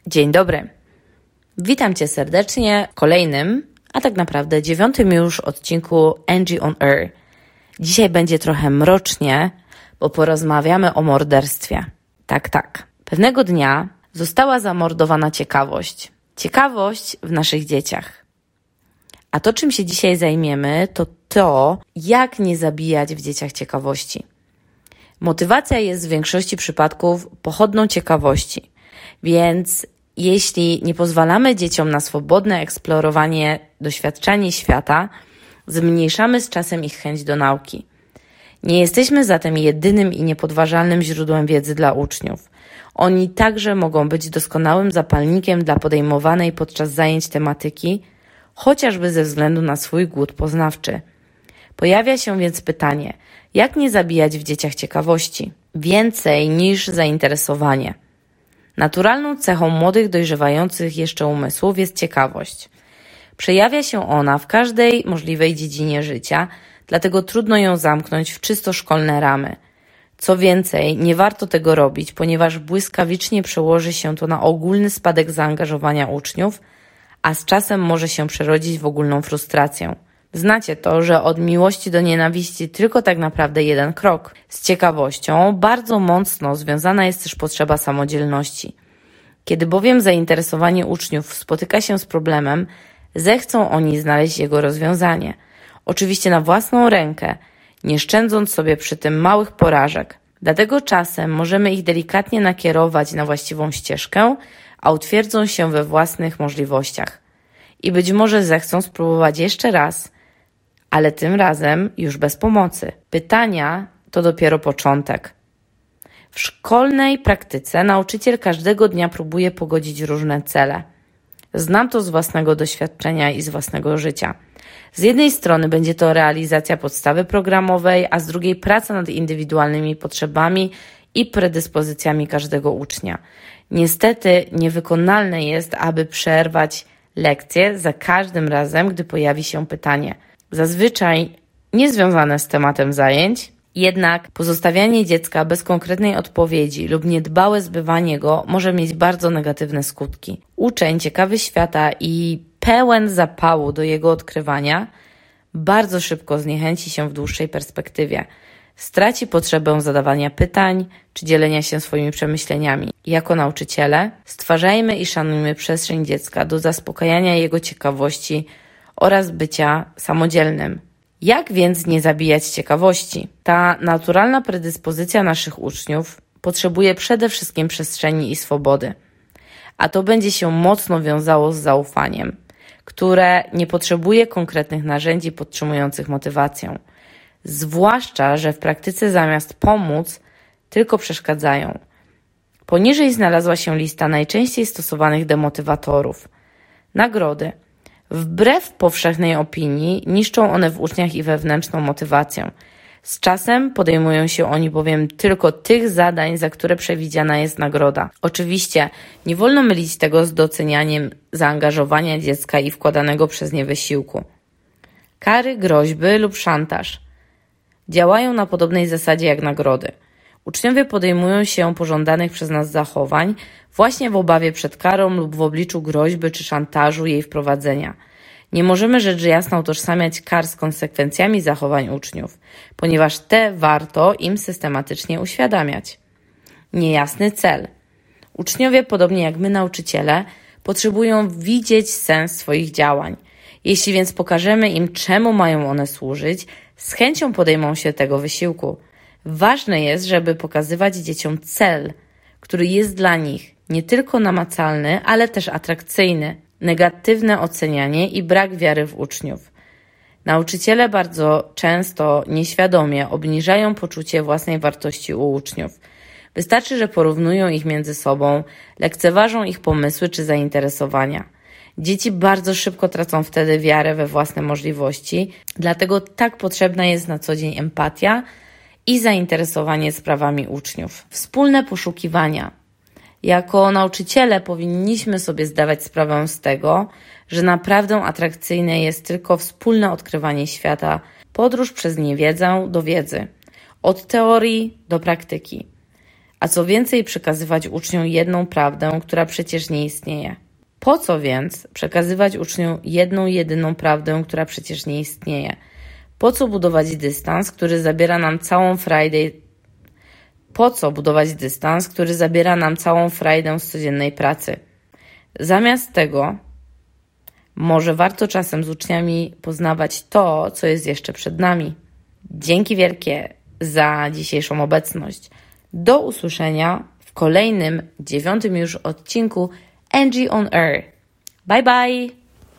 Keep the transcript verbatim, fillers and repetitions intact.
Dzień dobry. Witam Cię serdecznie w kolejnym, a tak naprawdę dziewiątym już odcinku Angie on Air. Dzisiaj będzie trochę mrocznie, bo porozmawiamy o morderstwie. Tak, tak. Pewnego dnia została zamordowana ciekawość. Ciekawość w naszych dzieciach. A to, czym się dzisiaj zajmiemy, to to, jak nie zabijać w dzieciach ciekawości. Motywacja jest w większości przypadków pochodną ciekawości, więc jeśli nie pozwalamy dzieciom na swobodne eksplorowanie, doświadczanie świata, zmniejszamy z czasem ich chęć do nauki. Nie jesteśmy zatem jedynym i niepodważalnym źródłem wiedzy dla uczniów. Oni także mogą być doskonałym zapalnikiem dla podejmowanej podczas zajęć tematyki, chociażby ze względu na swój głód poznawczy. Pojawia się więc pytanie, jak nie zabijać w dzieciach ciekawości? Więcej niż zainteresowanie. Naturalną cechą młodych, dojrzewających jeszcze umysłów jest ciekawość. Przejawia się ona w każdej możliwej dziedzinie życia, dlatego trudno ją zamknąć w czysto szkolne ramy. Co więcej, nie warto tego robić, ponieważ błyskawicznie przełoży się to na ogólny spadek zaangażowania uczniów, a z czasem może się przerodzić w ogólną frustrację. Znacie to, że od miłości do nienawiści tylko tak naprawdę jeden krok. Z ciekawością bardzo mocno związana jest też potrzeba samodzielności. Kiedy bowiem zainteresowanie uczniów spotyka się z problemem, zechcą oni znaleźć jego rozwiązanie. Oczywiście na własną rękę, nie szczędząc sobie przy tym małych porażek. Dlatego czasem możemy ich delikatnie nakierować na właściwą ścieżkę, a utwierdzą się we własnych możliwościach. I być może zechcą spróbować jeszcze raz, ale tym razem już bez pomocy. Pytania to dopiero początek. W szkolnej praktyce nauczyciel każdego dnia próbuje pogodzić różne cele. Znam to z własnego doświadczenia i z własnego życia. Z jednej strony będzie to realizacja podstawy programowej, a z drugiej praca nad indywidualnymi potrzebami i predyspozycjami każdego ucznia. Niestety niewykonalne jest, aby przerwać lekcję za każdym razem, gdy pojawi się pytanie. Zazwyczaj niezwiązane z tematem zajęć, jednak pozostawianie dziecka bez konkretnej odpowiedzi lub niedbałe zbywanie go może mieć bardzo negatywne skutki. Uczeń ciekawy świata i pełen zapału do jego odkrywania bardzo szybko zniechęci się w dłuższej perspektywie. Straci potrzebę zadawania pytań czy dzielenia się swoimi przemyśleniami. Jako nauczyciele stwarzajmy i szanujmy przestrzeń dziecka do zaspokajania jego ciekawości oraz bycia samodzielnym. Jak więc nie zabijać ciekawości? Ta naturalna predyspozycja naszych uczniów potrzebuje przede wszystkim przestrzeni i swobody. A to będzie się mocno wiązało z zaufaniem, które nie potrzebuje konkretnych narzędzi podtrzymujących motywację. Zwłaszcza, że w praktyce zamiast pomóc, tylko przeszkadzają. Poniżej znalazła się lista najczęściej stosowanych demotywatorów. Nagrody. Wbrew powszechnej opinii niszczą one w uczniach i wewnętrzną motywację. Z czasem podejmują się oni bowiem tylko tych zadań, za które przewidziana jest nagroda. Oczywiście nie wolno mylić tego z docenianiem zaangażowania dziecka i wkładanego przez nie wysiłku. Kary, groźby lub szantaż działają na podobnej zasadzie jak nagrody. Uczniowie podejmują się pożądanych przez nas zachowań właśnie w obawie przed karą lub w obliczu groźby czy szantażu jej wprowadzenia. Nie możemy rzecz jasna utożsamiać kar z konsekwencjami zachowań uczniów, ponieważ te warto im systematycznie uświadamiać. Niejasny cel. Uczniowie, podobnie jak my nauczyciele, potrzebują widzieć sens swoich działań. Jeśli więc pokażemy im, czemu mają one służyć, z chęcią podejmą się tego wysiłku. Ważne jest, żeby pokazywać dzieciom cel, który jest dla nich nie tylko namacalny, ale też atrakcyjny. Negatywne ocenianie i brak wiary w uczniów. Nauczyciele bardzo często nieświadomie obniżają poczucie własnej wartości u uczniów. Wystarczy, że porównują ich między sobą, lekceważą ich pomysły czy zainteresowania. Dzieci bardzo szybko tracą wtedy wiarę we własne możliwości, dlatego tak potrzebna jest na co dzień empatia i zainteresowanie sprawami uczniów. Wspólne poszukiwania. Jako nauczyciele powinniśmy sobie zdawać sprawę z tego, że naprawdę atrakcyjne jest tylko wspólne odkrywanie świata, podróż przez niewiedzę do wiedzy, od teorii do praktyki. A co więcej, przekazywać uczniom jedną prawdę, która przecież nie istnieje. Po co więc przekazywać uczniom jedną, jedyną prawdę, która przecież nie istnieje? Po co budować dystans, który zabiera nam całą frajdę? Po co budować dystans, który zabiera nam całą frajdę z codziennej pracy? Zamiast tego, może warto czasem z uczniami poznawać to, co jest jeszcze przed nami. Dzięki wielkie za dzisiejszą obecność. Do usłyszenia w kolejnym, dziewiątym już odcinku Angie on Air. Bye bye!